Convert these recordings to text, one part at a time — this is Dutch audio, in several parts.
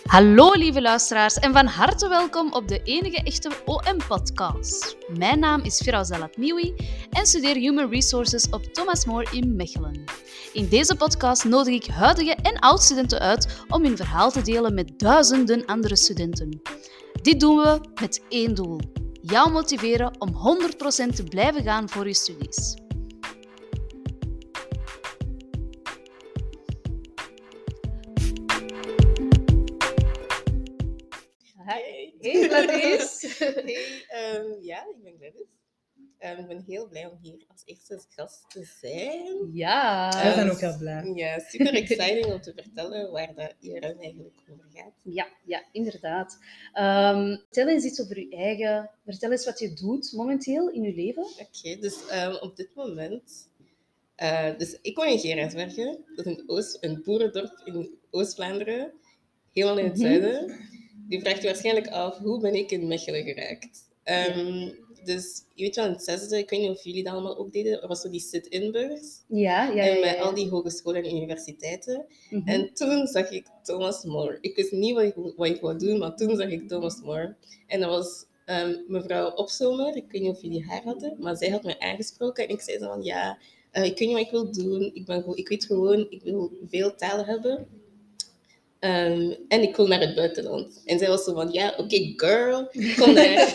Hallo lieve luisteraars en van harte welkom op de enige echte OM-podcast. Mijn naam is Firouz Alatniwi en studeer Human Resources op Thomas More in Mechelen. In deze podcast nodig ik huidige en oud-studenten uit om hun verhaal te delen met duizenden andere studenten. Dit doen we met één doel: jou motiveren om 100% te blijven gaan voor je studies. Hey Gladys. Ja, ik ben Gladys. Ik ben heel blij om hier als eerste gast te zijn. Ja. We zijn ook heel blij. Ja, super exciting om te vertellen waar dat hier eigenlijk over gaat. Ja, inderdaad. Vertel eens iets over je eigen. Vertel eens wat je doet momenteel in je leven. Oké, dus op dit moment... dus ik woon in Gerardsbergen. Dat is een boerendorp in Oost-Vlaanderen. Helemaal in het zuiden. Die vraagt je waarschijnlijk af, hoe ben ik in Mechelen geraakt? Dus je weet wel, in het zesde, ik weet niet of jullie dat allemaal ook deden, er was zo die sit-in-beurs. Ja. En met al die hogescholen en universiteiten. En toen zag ik Thomas More. Ik wist niet wat ik wou doen, maar toen zag ik Thomas More. En dat was mevrouw Opzomer. Ik weet niet of jullie haar hadden, maar zij had mij aangesproken. En ik zei zo van, ja, ik weet niet wat ik wil doen. Ik weet gewoon, ik wil veel talen hebben. En ik wil naar het buitenland. En zij was zo van, ja, oké, girl, kom naar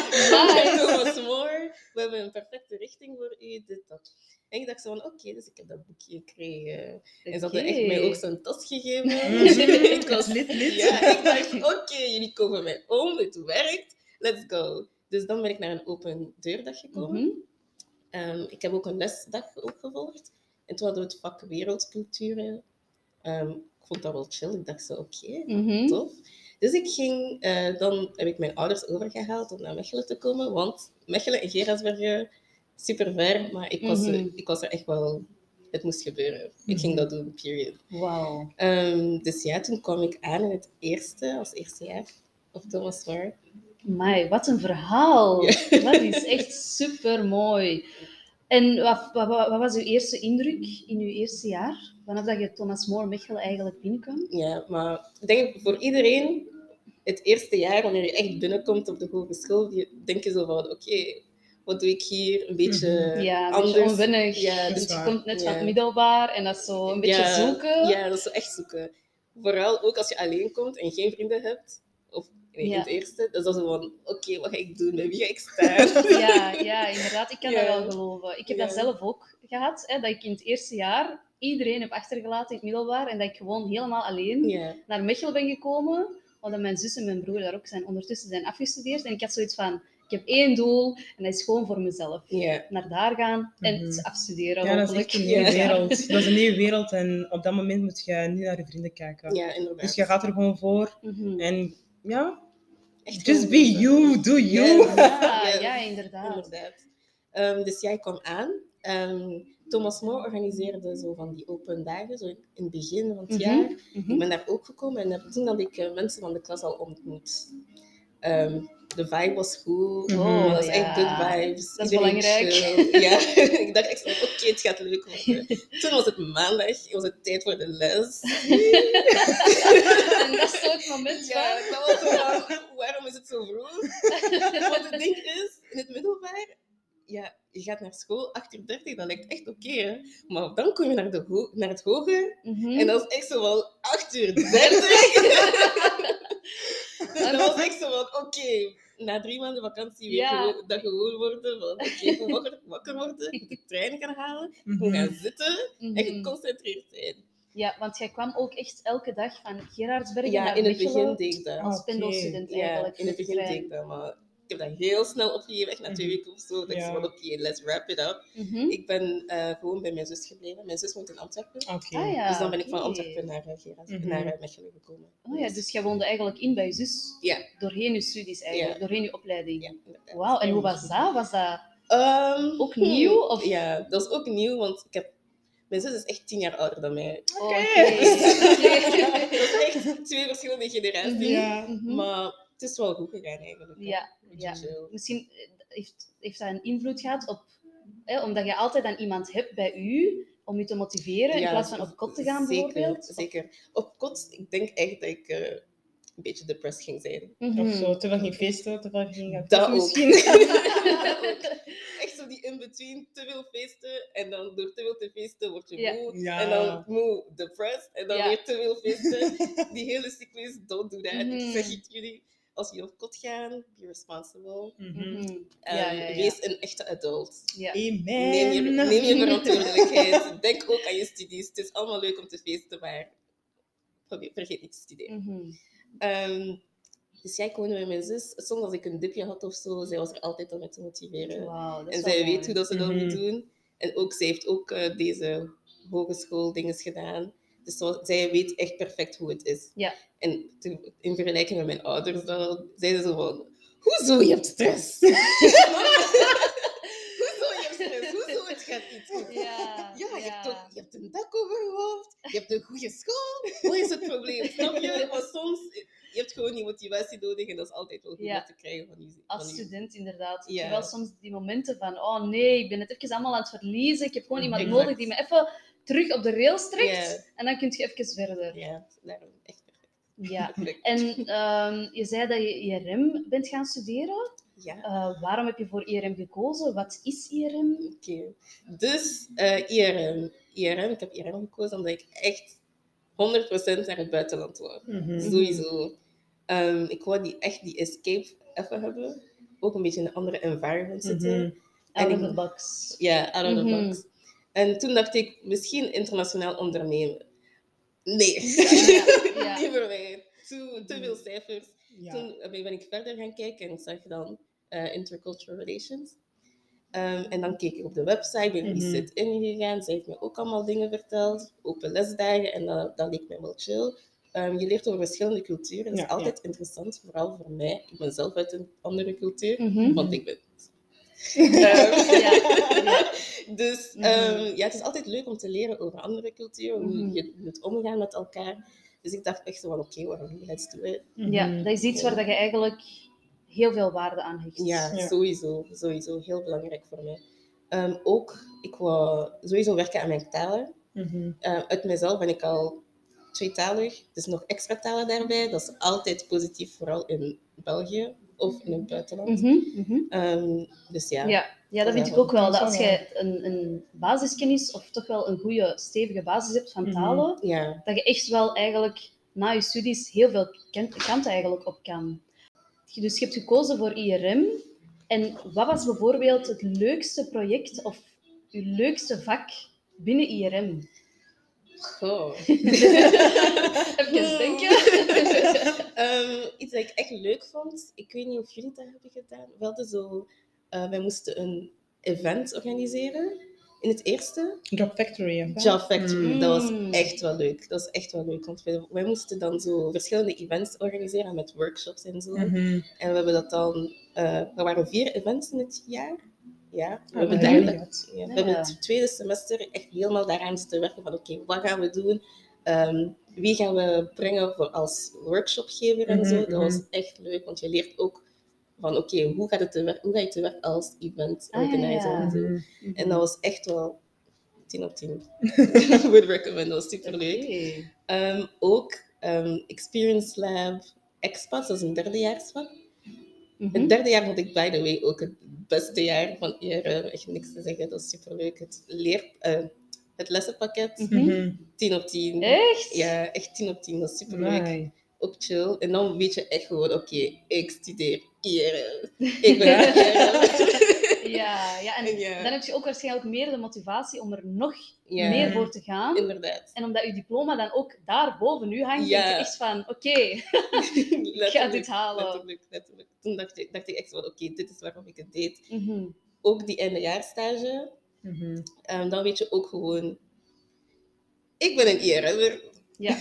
Thomas More. We hebben een perfecte richting voor u, dit, dat. En ik dacht zo van, oké, dus ik heb dat boekje gekregen. En ze hadden echt mij ook zo'n tas gegeven. Ik was lid. Ja, ik dacht, oké, jullie komen mij om, het werkt, let's go. Dus dan ben ik naar een open deurdag gekomen. Ik heb ook een lesdag ook gevolgd. En toen hadden we het vak wereldculturen. Ik vond dat wel chill. Ik dacht zo, oké, tof. Dus ik ging, dan heb ik mijn ouders overgehaald om naar Mechelen te komen. Want Mechelen en Gerardsbergen, super ver. Maar ik was er echt wel... Het moest gebeuren. Ik ging dat doen, period. Wauw. Dus ja, toen kwam ik aan in als eerste jaar op Thomas More. Amai, wat een verhaal. Ja. Dat is echt super mooi. En wat was uw eerste indruk in uw eerste jaar? Vanaf dat je Thomas More Mechelen eigenlijk binnenkwam? Ja, maar ik denk voor iedereen, het eerste jaar, wanneer je echt binnenkomt op de hogeschool, denk je zo van, oké, wat doe ik hier? Een beetje anders. Beetje onwennig. Ja, dus je komt net van het middelbaar en dat is zo een beetje zoeken. Ja, dat is zo echt zoeken. Vooral ook als je alleen komt en geen vrienden hebt, of in het eerste, dat is dan zo van, oké, wat ga ik doen? Met wie ga ik staan? Ja, inderdaad. Ik kan dat wel geloven. Ik heb dat zelf ook gehad, hè, dat ik in het eerste jaar iedereen heb achtergelaten in het middelbaar en dat ik gewoon helemaal alleen naar Mechelen ben gekomen, omdat mijn zus en mijn broer daar ook ondertussen zijn afgestudeerd. En ik had zoiets van, ik heb één doel en dat is gewoon voor mezelf. Naar daar gaan en te afstuderen. Ja, dat is echt een nieuwe wereld. Dat is een nieuwe wereld en op dat moment moet je niet naar je vrienden kijken. Ja, inderdaad. Dus je gaat er gewoon voor en ja... Just be you, do you. Ja, inderdaad. Dus jij kwam aan. Thomas More organiseerde zo van die open dagen, zo in het begin van het jaar. Ik ben daar ook gekomen en toen had ik mensen van de klas al ontmoet. De vibe was goed. Dat was echt good vibes. Dat is belangrijk. Ja, ik dacht echt, oké, het gaat leuk worden. Toen was het maandag, het was het tijd voor de les. En dat is zo het moment van... Ja, dat was zo van, waarom is het zo vroeg? Want het ding is, in het middelbaar, ja, je gaat naar school, 8:30, dat lijkt echt oké. Maar dan kom je naar het hoger en dat is echt zo van 8:30. En dat was echt zo van, oké, na 3 maanden vakantie weer dat gewoon worden. Van oké, wakker worden, ik moet de trein gaan halen, ik moet gaan zitten en geconcentreerd zijn. Ja, want jij kwam ook echt elke dag van Gerardsbergen naar Mechelen. Ja, in het begin deed ik dat. Als pendelstudent eigenlijk. Ja, in het begin deed ik dat, maar ik heb dat heel snel opgegeven, echt na 2 weken of zo. Dat ik zei van, oké, let's wrap it up. Ik ben gewoon bij mijn zus gebleven. Mijn zus woont in Antwerpen. Dus dan ben ik van Antwerpen naar Mechelen gekomen. Oh ja, dus jij woonde eigenlijk in bij je zus? Ja. Doorheen je studies eigenlijk, doorheen je opleiding? Ja. Wauw, en hoe was dat? Was dat ook nieuw? Of? Ja, dat is ook nieuw, want mijn zus is echt 10 jaar ouder dan mij. Oké. Dat is echt 2 verschillende generaties. Maar het is wel goed gegaan eigenlijk. Ja. Misschien heeft dat een invloed gehad op... omdat je altijd aan iemand hebt bij u om je te motiveren, in plaats van op kot te gaan bijvoorbeeld? Zeker. Op kot, ik denk echt dat ik een beetje depressed ging zijn. Of zo, te veel ging feesten, te veel ging Dat ook. misschien. Dat ook. Echt zo die in-between, te veel feesten. En dan door te veel te feesten word je moe. Ja. En dan moe, depressed. En dan weer te veel feesten. Die hele cyclus, don't do that. Ik zeg het jullie. Als je op kot gaat, be responsible. Wees een echte adult. Ja. Amen. Neem je verantwoordelijkheid. Denk ook aan je studies. Het is allemaal leuk om te feesten, maar vergeet niet te studeren. Dus jij kon met mijn zus. Soms als ik een dipje had of zo, zij was er altijd om me te motiveren. Wow, dat is en wel zij mooi. weet hoe dat ze dat moet doen. En ook, zij heeft ook deze hogeschool-dingen gedaan. Dus zij weet echt perfect hoe het is. Ja. En in vergelijking met mijn ouders, dan zeiden ze van... Hoezo, je hebt stress? Hoezo, je hebt stress? Hoezo, het gaat niet goed? Ja, je hebt een dak over je hoofd. Je hebt een goede school. Wat is het probleem? Snap je? Maar soms... Je hebt gewoon die motivatie nodig en dat is altijd wel goed te krijgen van je. Als student inderdaad. Ja. Je wel soms die momenten van, oh nee, ik ben het even allemaal aan het verliezen. Ik heb gewoon iemand Exact. nodig die me even terug op de rails trekt. Ja. En dan kun je even verder. Ja, daarom echt perfect. Ja. En je zei dat je IRM bent gaan studeren. Ja. Waarom heb je voor IRM gekozen? Wat is IRM? Oké. Dus IRM. Ik heb IRM gekozen omdat ik echt 100% naar het buitenland wou. Sowieso. Ik wou die escape even hebben. Ook een beetje in een andere environment zitten. Out of the box. Ja, out of the box. En toen dacht ik, misschien internationaal ondernemen. Nee. Niet voor mij. Te veel cijfers. Ja. Toen ben ik verder gaan kijken en zag dan intercultural relations. En dan keek ik op de website, ben die sit-in gegaan. Zij heeft me ook allemaal dingen verteld. Open lesdagen en dat leek mij wel chill. Je leert over verschillende culturen. Dat is altijd interessant, vooral voor mij. Ik ben zelf uit een andere cultuur, want ik ben... Dus het is altijd leuk om te leren over andere culturen, hoe je moet omgaan met elkaar. Dus ik dacht echt zo van, oké, waarom niet? Let's do it. Ja, dat is iets waar je eigenlijk heel veel waarde aan hecht. Ja, sowieso. Heel belangrijk voor mij. Ook, ik wou sowieso werken aan mijn talen. Uit mezelf ben ik al tweetalig, dus nog extra talen daarbij. Dat is altijd positief, vooral in België of in het buitenland. Dus Ja, dat vind ik ook wel. Dat als je een basiskennis of toch wel een goede, stevige basis hebt van talen, dat je echt wel eigenlijk na je studies heel veel kanten eigenlijk op kan. Dus je hebt gekozen voor IRM. En wat was bijvoorbeeld het leukste project of je leukste vak binnen IRM? Even denken. Iets dat ik echt leuk vond, ik weet niet of jullie dat hebben gedaan. Wij moesten een event organiseren in het eerste. Job Factory. Job Factory, dat was echt wel leuk. Want wij moesten dan zo verschillende events organiseren met workshops en zo. En we hebben dat dan... er waren 4 events in het jaar. Ja, we hebben het tweede semester echt helemaal daaraan zitten werken van oké, wat gaan we doen? Wie gaan we brengen als workshopgever en zo? Dat was echt leuk, want je leert ook van oké, hoe ga je te werk als event organizer en zo. En dat was echt wel 10 op 10. Would recommend, dat was superleuk. Ook Experience Lab Expats, dat is een derdejaarsvak. Het derde jaar vond ik, by the way, ook het beste jaar van IRM. Echt niks te zeggen, dat is superleuk. Het lessenpakket, 10 op 10. Echt? Ja, echt 10 op 10, dat is superleuk. Nee. Ook chill. En dan weet je echt gewoon, oké, ik studeer IRM. Ik ben IRM. Ja, en dan heb je ook waarschijnlijk meer de motivatie om er nog meer voor te gaan. Inderdaad. En omdat je diploma dan ook daar boven u hangt, denk je echt van, oké, ik ga dit halen. Letterlijk. Toen dacht ik echt van, oké, dit is waarom ik het deed. Ook die eindejaarsstage. Dan weet je ook gewoon, ik ben een IRM'er. Ja.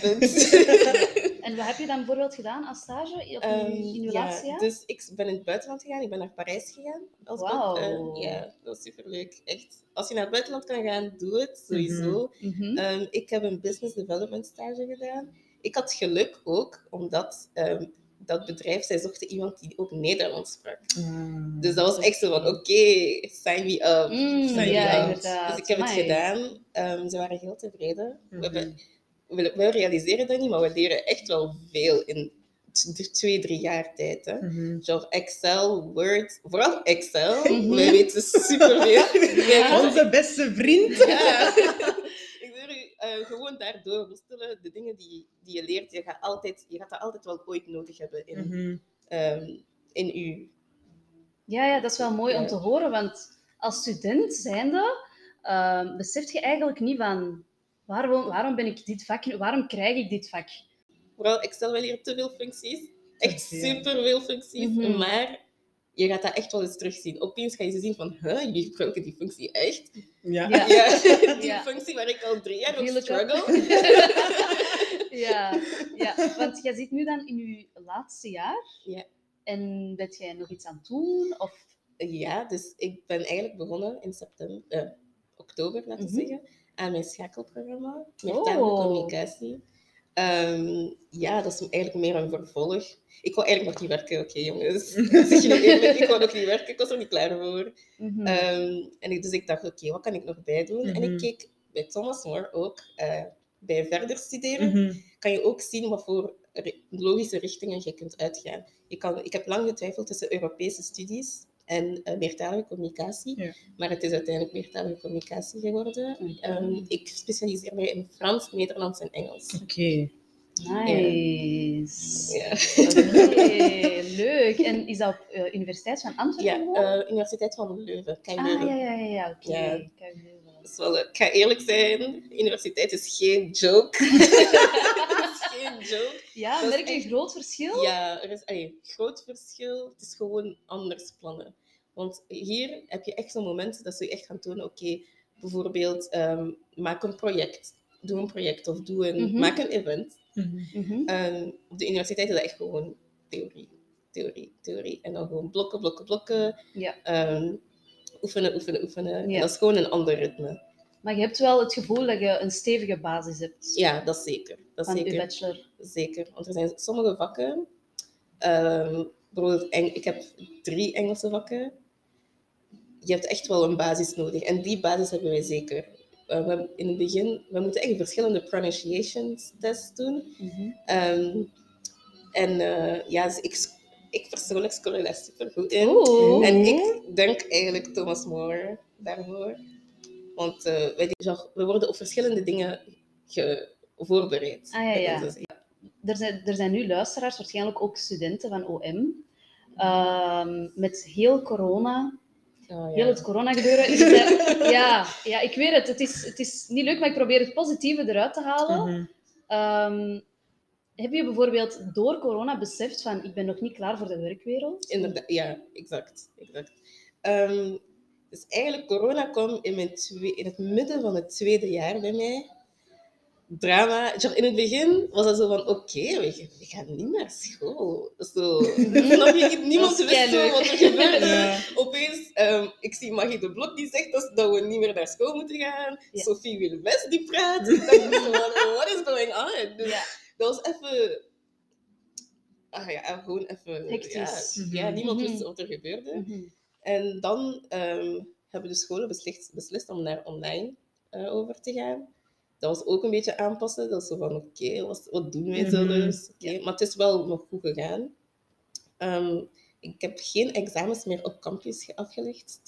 En wat heb je dan bijvoorbeeld gedaan als stage in je laatste jaar? Dus ik ben in het buitenland gegaan. Ik ben naar Parijs gegaan. Dat was superleuk. Echt. Als je naar het buitenland kan gaan, doe het. Sowieso. Ik heb een business development stage gedaan. Ik had geluk ook, omdat dat bedrijf, zij zochten iemand die ook Nederlands sprak. Dus dat was echt zo van, oké, sign me up. Inderdaad. Dus ik heb het gedaan. Ze waren heel tevreden. We realiseren dat niet, maar we leren echt wel veel in 2-3 jaar tijd. Hè. Mhm. Genre Excel, Word, vooral Excel. Mhm. Wij weten superveel. Ja. Onze beste vriend. Ja. Ik wil u gewoon daardoor worstelen. De dingen die je leert, je gaat dat altijd wel ooit nodig hebben Mhm. in je... Ja, dat is wel mooi om Ja. te horen, want als student zijnde besef je eigenlijk niet van waarom ben ik dit vak, waarom krijg ik dit vak? Vooral Excel, wij leren te veel functies. Echt veel. superveel functies. Mhm. Maar je gaat dat echt wel eens terugzien. Opeens ga je ze zien van, je gebruikt die functie echt? Ja. Ja. Ja, die Ja. functie waar ik al 3 jaar op Viel ik op. struggle. Ja, want jij zit nu dan in je laatste jaar. Ja. En bent jij nog iets aan het doen? Of... Ja, dus ik ben eigenlijk begonnen in oktober, laten we Mhm. zeggen, aan mijn schakelprogramma, met Oh. taal en communicatie. Ja, dat is eigenlijk meer een vervolg. Ik wou eigenlijk nog niet werken, oké, jongens. Zeg je nu eerlijk, ik wou nog niet werken, ik was er niet klaar voor. Mhm. Dus ik dacht, oké, wat kan ik nog bij doen? En ik keek bij Thomas More ook, bij verder studeren, Mhm. kan je ook zien wat voor logische richtingen je kunt uitgaan. Ik heb lang getwijfeld tussen Europese studies en meertalige communicatie, Ja. maar het is uiteindelijk meertalige communicatie geworden. Oké. Ik specialiseer mij in Frans, Nederlands en Engels. Oké. Nice. Ja. Oké, leuk. En is dat op Universiteit van Antwerpen? Ja, gewoon? Universiteit van Leuven, KU Ah, Leuven. ja. Oké. Ja. KU Leuven. Dat is wel, ik ga eerlijk zijn, universiteit is geen joke. Het is geen joke. Ja, Dat is merk je een echt- groot verschil? Ja, er is een groot verschil. Het is gewoon anders plannen. Want hier heb je echt zo'n moment dat ze je echt gaan tonen, oké, bijvoorbeeld maak een project. Doe een project of Mhm. maak een event. Mhm. Mhm. Op de universiteit is dat echt gewoon theorie. En dan gewoon blokken. Ja. Oefenen. Ja. En dat is gewoon een ander ritme. Maar je hebt wel het gevoel dat je een stevige basis hebt Ja, dat is zeker. van je bachelor. Zeker. Want er zijn sommige vakken. Bijvoorbeeld, ik heb 3 Engelse vakken. Je hebt echt wel een basis nodig. En die basis hebben wij zeker. In het begin, we moeten echt verschillende pronunciation tests doen. Mhm. Dus ik persoonlijk score daar super goed in. Oeh. En ik denk eigenlijk Thomas More daarvoor. Want we worden op verschillende dingen voorbereid. Ah, ja. Dus, Er zijn nu luisteraars, waarschijnlijk ook studenten van OM. Met heel corona, heel het corona-gebeuren. is het, ja, ik weet het. Het is niet leuk, maar ik probeer het positieve eruit te halen. Mhm. Heb je bijvoorbeeld door corona beseft van ik ben nog niet klaar voor de werkwereld? Inderdaad, ja, exact. Dus eigenlijk, corona kwam in het midden van het 2e jaar bij mij. Drama. In het begin was dat zo van, oké, we gaan niet naar school. Zo, snap je? Niemand Dat is wist zo keileuk. wat er gebeurde. Ja. Opeens, ik zie Maggie de Blok die zegt dat we niet meer naar school moeten gaan. Ja. Sophie Wilves die praat. Ik dacht zo van, what is going on? Dus Ja. dat was even... gewoon even... Hectisch. Ja, niemand Mhm. wist wat er gebeurde. Mhm. En dan hebben de scholen beslist om naar online over te gaan. Dat was ook een beetje aanpassen. Dat was zo van, oké, wat doen wij zo dus? Oké, maar het is wel nog goed gegaan. Ik heb geen examens meer op campus afgelegd.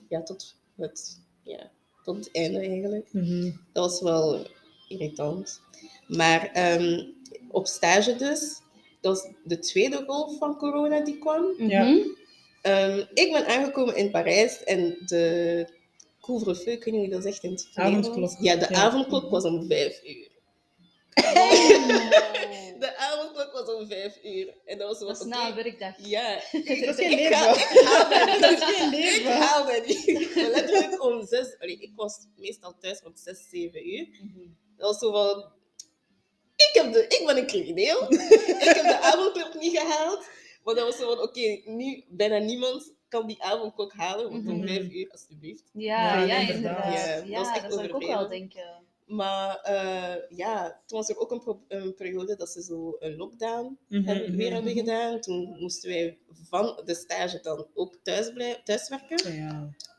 Tot het einde eigenlijk. Mhm. Dat was wel irritant. Maar op stage dus, dat was de tweede golf van corona die kwam. Ja. Mhm. Ik ben aangekomen in Parijs en de couvre-feu, ik weet niet hoe je dat zegt in het Avondklok. Nederlands. Ja, de Ja. avondklok was om 5 uur. Oh. De avondklok was om 5 uur. En dat was Dat is wat, na een werkdag. Ja. Dat is geen Ik leven. haal dat niet. Dat is geen Ik leven. haal dat niet. Maar letterlijk om 6... ik was meestal thuis rond 6, 7 uur. Mhm. Dat was zo van... Ik ben een crimineel. Ik heb de avondklok niet gehaald. Maar dat was zo van, oké, nu bijna niemand kan die avondklok halen. Want om Mhm. 5 uur, alsjeblieft. Ja, Ja, inderdaad. inderdaad. Ja, dat is echt dat zou ik ook wel overdreven. denken. Maar toen was er ook een periode dat ze zo een lockdown Mhm, hebben gedaan. Toen moesten wij van de stage dan ook thuiswerken. Ja.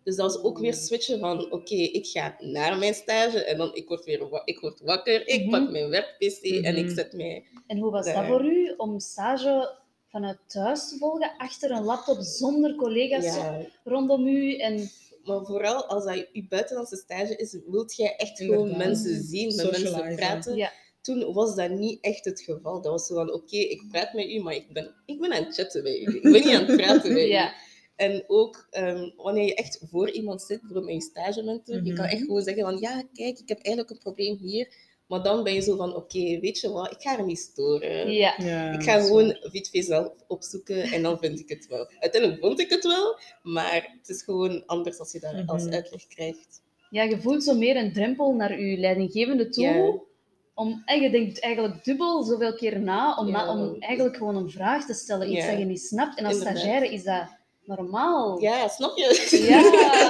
Dus dat was ook weer switchen van, oké, ik ga naar mijn stage en dan ik word wakker, ik pak mijn werk-pc en ik zet mij... En hoe was dat voor u, om stage vanuit thuis te volgen, achter een laptop, zonder collega's rondom u? Maar vooral als dat je buitenlandse stage is, wilt jij echt gewoon mensen zien, met mensen praten. Ja. Toen was dat niet echt het geval. Dat was zo van, oké, ik praat met u, maar ik ben aan het chatten met u. Ik ben niet aan het praten met u. En ook wanneer je echt voor iemand zit, bijvoorbeeld met je stagementor, je kan echt gewoon zeggen van, ja, kijk, ik heb eigenlijk een probleem hier. Maar dan ben je zo van, oké, weet je wat, ik ga er niet storen. Ja. Ik ga gewoon Vitvee zelf opzoeken en dan vind ik het wel. Uiteindelijk vond ik het wel, maar het is gewoon anders als je dat als uitleg krijgt. Ja, je voelt zo meer een drempel naar je leidinggevende toe. Je denkt eigenlijk dubbel zoveel keer na om eigenlijk gewoon een vraag te stellen. Iets dat je niet snapt. En als stagiaire is dat normaal. Ja, snap je? Ja.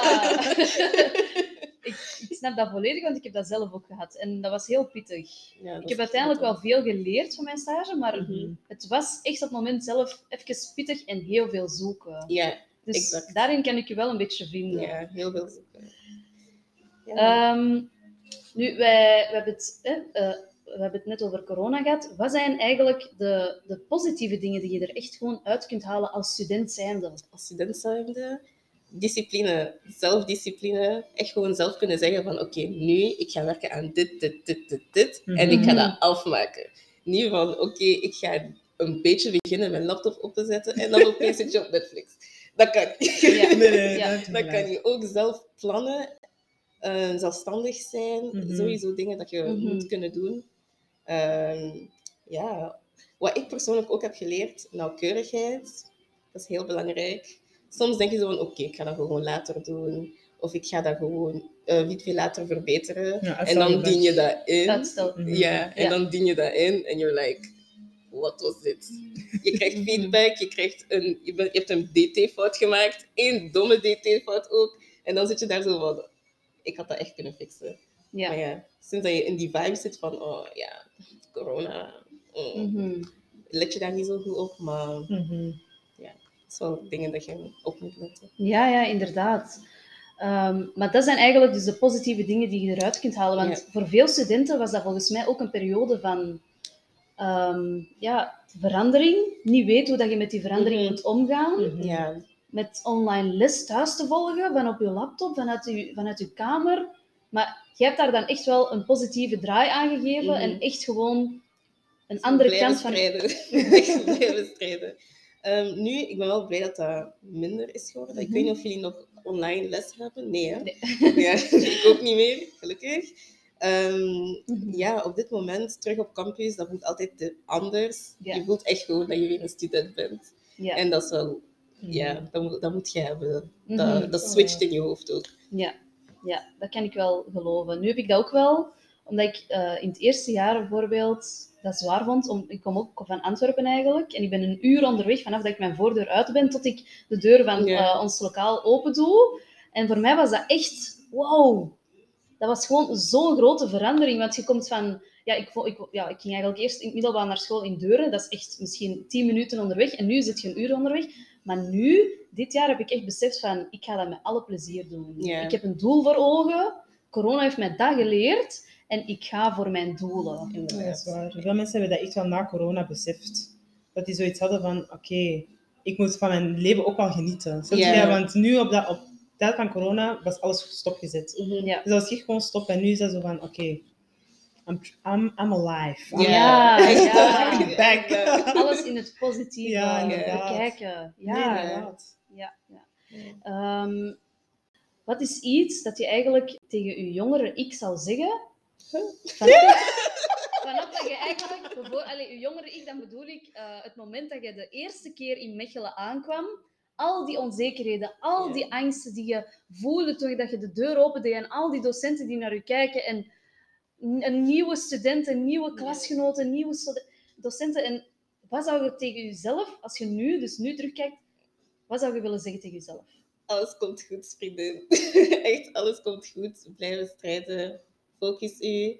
Ik snap dat volledig, want ik heb dat zelf ook gehad. En dat was heel pittig. Ja, ik heb uiteindelijk wel veel geleerd van mijn stage, maar het was echt op het moment zelf even pittig en heel veel zoeken. Ja, dus exact. Daarin kan ik je wel een beetje vinden. Ja, heel veel zoeken. Ja. Nu, we hebben het net over corona gehad. Wat zijn eigenlijk de positieve dingen die je er echt gewoon uit kunt halen als student zijnde? Als student zijnde? Discipline, zelfdiscipline. Echt gewoon zelf kunnen zeggen van oké, nu ik ga werken aan dit. En ik ga dat afmaken. Niet van oké, ik ga een beetje beginnen mijn laptop op te zetten en dan opeens zit je op Netflix. Dat kan niet. Ja. Dat kan je ook zelf plannen. Zelfstandig zijn. Sowieso dingen dat je moet kunnen doen. Wat ik persoonlijk ook heb geleerd, nauwkeurigheid. Dat is heel belangrijk. Soms denk je zo van, oké, ik ga dat gewoon later doen. Of ik ga dat gewoon veel later verbeteren. Ja, en dan dien je dat in. En dan dien je dat in. En you're like, what was dit? Je krijgt feedback. Je hebt een DT-fout gemaakt. Eén domme DT-fout ook. En dan zit je daar zo van, ik had dat echt kunnen fixen. Ja. Maar ja, sinds dat je in die vibe zit van, corona. Let je daar niet zo goed op. Maar het zijn wel dingen dat je op moet letten. Ja, inderdaad. Maar dat zijn eigenlijk dus de positieve dingen die je eruit kunt halen. Want voor veel studenten was dat volgens mij ook een periode van verandering. Niet weten hoe dat je met die verandering moet omgaan. Met online les thuis te volgen, van op je laptop, vanuit je kamer. Maar jij hebt daar dan echt wel een positieve draai aan gegeven en echt gewoon een andere kant van... Echt blijven strijden. Nu, ik ben wel blij dat dat minder is geworden. Ik weet niet of jullie nog online les hebben. Nee, hè? Nee. Ja, ik ook niet meer, gelukkig. Op dit moment, terug op campus, dat voelt altijd anders. Ja. Je voelt echt gewoon dat je weer een student bent. Ja. En dat is wel... Ja, dat moet je hebben. Dat switcht in je hoofd ook. Ja, dat kan ik wel geloven. Nu heb ik dat ook wel, omdat ik in het eerste jaar bijvoorbeeld dat zwaar vond. Ik kom ook van Antwerpen eigenlijk. En ik ben 1 uur onderweg vanaf dat ik mijn voordeur uit ben tot ik de deur van ons lokaal open doe. En voor mij was dat echt, wow. Dat was gewoon zo'n grote verandering. Want je komt van... ik ging eigenlijk eerst in het middelbaar naar school in Deuren. Dat is echt misschien 10 minuten onderweg. En nu zit je 1 uur onderweg. Maar nu, dit jaar, heb ik echt beseft van... Ik ga dat met alle plezier doen. Yeah. Ik heb een doel voor ogen. Corona heeft mij dat geleerd. En ik ga voor mijn doelen. Ja, dat is waar. Veel mensen hebben dat echt wel na corona beseft. Dat die zoiets hadden van... Oké, ik moet van mijn leven ook wel genieten. Want nu op tijd van corona was alles stopgezet. Dus dat was echt gewoon stop. En nu is dat zo van... Oké, I'm alive. Back. Alles in het positieve bekijken. Wat is iets dat je eigenlijk tegen je jongere ik zou zeggen? Vanaf dat je eigenlijk... je jongere ik, dan bedoel ik het moment dat je de eerste keer in Mechelen aankwam. Al die onzekerheden, al die angsten die je voelde toen dat je de deur opende en al die docenten die naar je kijken en een nieuwe student, een nieuwe klasgenoot, een nieuwe docenten. En wat zou je tegen jezelf, als je nu terugkijkt, wat zou je willen zeggen tegen jezelf? Alles komt goed, vriendin. Echt, alles komt goed. Blijven strijden. Focus u.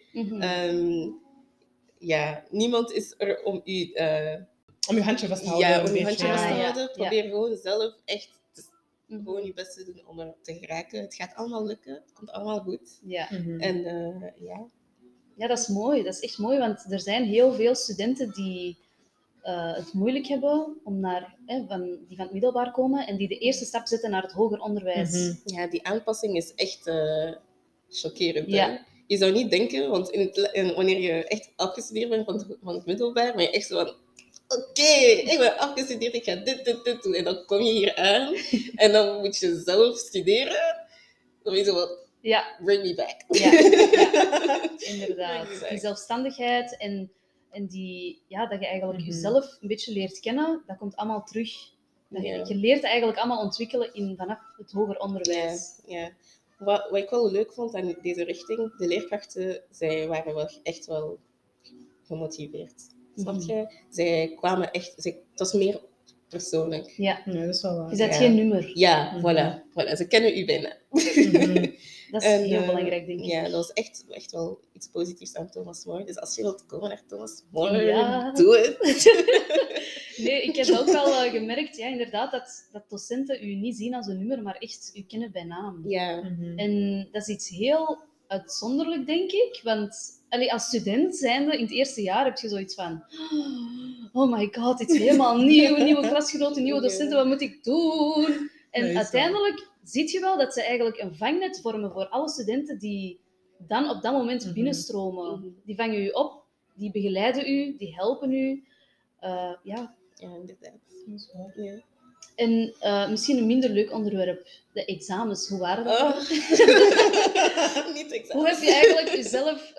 Niemand is er om u... om je handje vast te houden. Ja, om je handje vast te houden. Probeer gewoon zelf echt Gewoon je best doen om er te geraken. Het gaat allemaal lukken. Het komt allemaal goed. Ja. En ja. Ja, dat is mooi. Dat is echt mooi, want er zijn heel veel studenten die het moeilijk hebben om die van het middelbaar komen en die de eerste stap zetten naar het hoger onderwijs. Ja, die aanpassing is echt chockerend. Ja. Hè? Je zou niet denken, want wanneer je echt afgestudeerd bent van het middelbaar, ben je echt zo van... Oké, ik ben afgestudeerd, ik ga dit doen. En dan kom je hier aan en dan moet je zelf studeren. Dan ben je zo van... Ja. Bring me back. Ja, inderdaad. Bring me back. Die zelfstandigheid en die, dat je eigenlijk jezelf een beetje leert kennen, dat komt allemaal terug. Je leert eigenlijk allemaal ontwikkelen vanaf het hoger onderwijs. Ja. Wat ik wel leuk vond aan deze richting, de leerkrachten, zij waren wel echt wel gemotiveerd. Snap je? Zij kwamen echt... Het was meer persoonlijk. Ja, Ja, dat is wel waar. je bent geen nummer. Ja, voilà. Ze kennen u bijna. Dat is heel belangrijk, denk ik. Ja, dat was echt wel iets positiefs aan Thomas More. Dus als je wilt komen naar Thomas More, Ja. doe het. Nee, ik heb ook wel gemerkt, inderdaad, dat docenten u niet zien als een nummer, maar echt u kennen bij naam. Ja. En dat is iets heel uitzonderlijk, denk ik. Want als student zijnde, in het eerste jaar heb je zoiets van... Oh my god, dit is helemaal nieuw. Nieuwe klasgenoten, nieuwe docenten, wat moet ik doen? En uiteindelijk zie je wel dat ze eigenlijk een vangnet vormen voor alle studenten die dan op dat moment binnenstromen. Die vangen u op, die begeleiden u, die helpen u. Ja, inderdaad. Ja. En misschien een minder leuk onderwerp, de examens. Hoe waren dat? Niet examens. Hoe heb je eigenlijk jezelf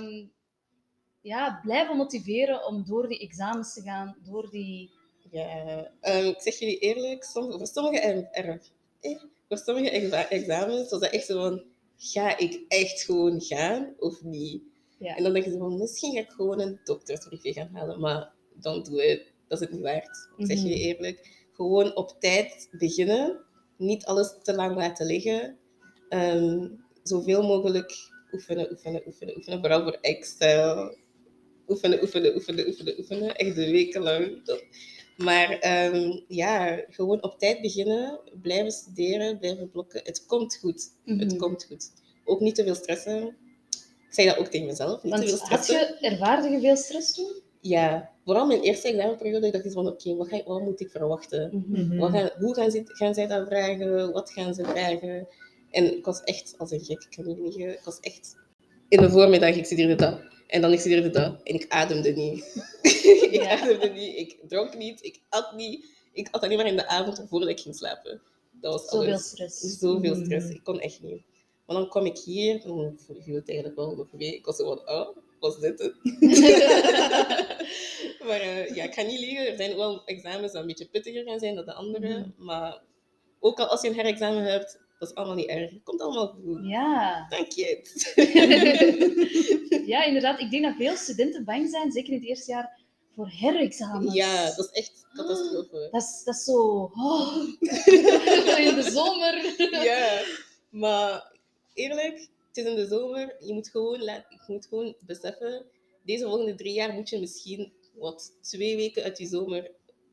blijven motiveren om door die examens te gaan, door die... Ja, ik zeg jullie eerlijk, voor sommige examens was dat echt zo van, ga ik echt gewoon gaan of niet? Ja. En dan denk je zo van, misschien ga ik gewoon een doktersbriefje gaan halen, maar don't do it. Dat is het niet waard. Ik zeg jullie eerlijk. Gewoon op tijd beginnen. Niet alles te lang laten liggen. Zoveel mogelijk oefenen. Vooral voor Excel. Oefenen. Echt de weken lang. Maar gewoon op tijd beginnen. Blijven studeren. Blijven blokken. Het komt goed. Het komt goed. Ook niet te veel stressen. Ik zeg dat ook tegen mezelf. Niet te veel stressen. Ervaarde je veel stress toen? Ja, vooral mijn eerste examenperiode dacht ik van oké, wat moet ik verwachten? Hoe gaan zij dat vragen? Wat gaan ze vragen? En ik was echt als een gek, ik kan niet liegen. Ik was echt... In de voormiddag, ik studeerde dat. En dan ik studeerde dat. En ik ademde niet. Ademde niet. Ik dronk niet. Ik at niet. Ik at alleen maar in de avond voordat ik ging slapen. Dat was zoveel stress. Zoveel stress. Ik kon echt niet. Maar dan kwam ik hier. Dan viel het eigenlijk wel nog mee. Ik was zo van, was dit het? Maar ik ga niet liegen. Er zijn wel examens die een beetje pittiger gaan zijn dan de andere. Maar ook al als je een herexamen hebt, dat is allemaal niet erg. Het komt allemaal goed. Ja. Dank je. Ja, inderdaad. Ik denk dat veel studenten bang zijn, zeker in het eerste jaar, voor herexamens. Ja, dat is echt catastrofe. Dat is zo... in de zomer. Ja, maar eerlijk, het is in de zomer. Je moet gewoon beseffen, deze volgende 3 jaar moet je misschien 2 weken uit je zomer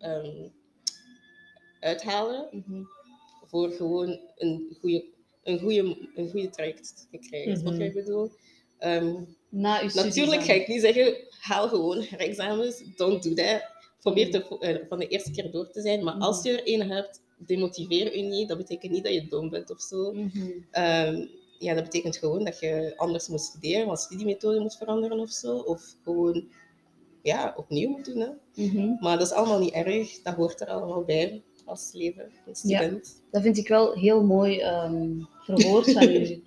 uithalen. Voor gewoon een goede traject te krijgen. Snap je wat ik bedoel? Natuurlijk ga ik niet zeggen, haal gewoon herexamens. Don't do that. Probeer van de eerste keer door te zijn. Maar als je er één hebt, demotiveer je niet. Dat betekent niet dat je dom bent of zo. Dat betekent gewoon dat je anders moet studeren. Want studiemethode moet veranderen of zo. Of gewoon opnieuw moet doen. Hè. Maar dat is allemaal niet erg. Dat hoort er allemaal bij als leven, als student. Ja, dat vind ik wel heel mooi verwoord van u.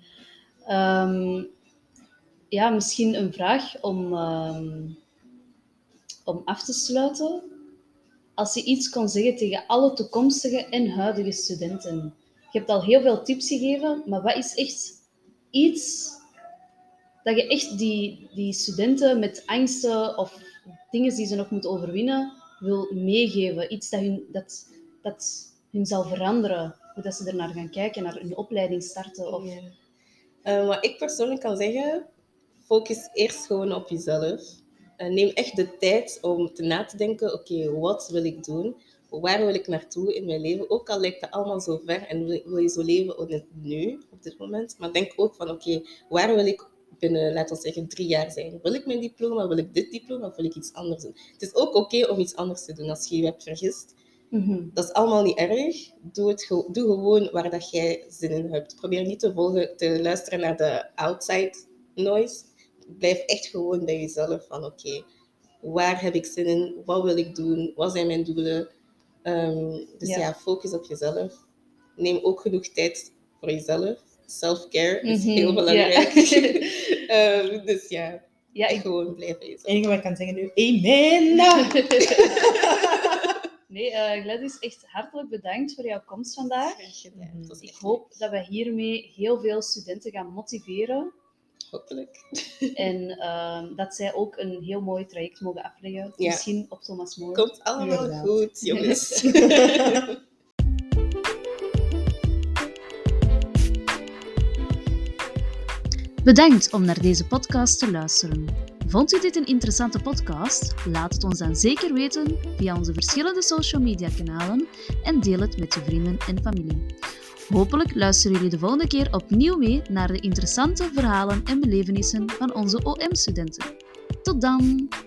Misschien een vraag om af te sluiten. Als je iets kon zeggen tegen alle toekomstige en huidige studenten. Je hebt al heel veel tips gegeven, maar wat is echt iets dat je echt die studenten met angsten of dingen die ze nog moeten overwinnen wil meegeven? Iets dat hun zal veranderen. Hoe dat ze ernaar gaan kijken, naar hun opleiding starten. Of... Wat ik persoonlijk kan zeggen, focus eerst gewoon op jezelf. Neem echt de tijd om na te denken, oké, wat wil ik doen? waar wil ik naartoe in mijn leven? Ook al lijkt het allemaal zo ver en wil je zo leven in het nu, op dit moment. Maar denk ook van, oké, waar wil ik binnen, laten we zeggen, 3 jaar zijn? Wil ik mijn diploma? Wil ik dit diploma? Of wil ik iets anders doen? Het is ook oké om iets anders te doen als je je hebt vergist. Dat is allemaal niet erg. Doe gewoon waar dat jij zin in hebt. Probeer niet te luisteren naar de outside noise. Blijf echt gewoon bij jezelf van oké, waar heb ik zin in? Wat wil ik doen? Wat zijn mijn doelen? Dus focus op jezelf. Neem ook genoeg tijd voor jezelf. Self-care is heel belangrijk. Dus gewoon blijf bij jezelf. Het enige wat ik kan zeggen nu, amen! Nee, Gladys, echt hartelijk bedankt voor jouw komst vandaag. Ik hoop dat we hiermee heel veel studenten gaan motiveren. Hopelijk. En dat zij ook een heel mooi traject mogen afleggen. Ja. Misschien op Thomas More. Komt allemaal goed, jongens. Bedankt om naar deze podcast te luisteren. Vond u dit een interessante podcast? Laat het ons dan zeker weten via onze verschillende social media kanalen en deel het met je vrienden en familie. Hopelijk luisteren jullie de volgende keer opnieuw mee naar de interessante verhalen en belevenissen van onze OM-studenten. Tot dan!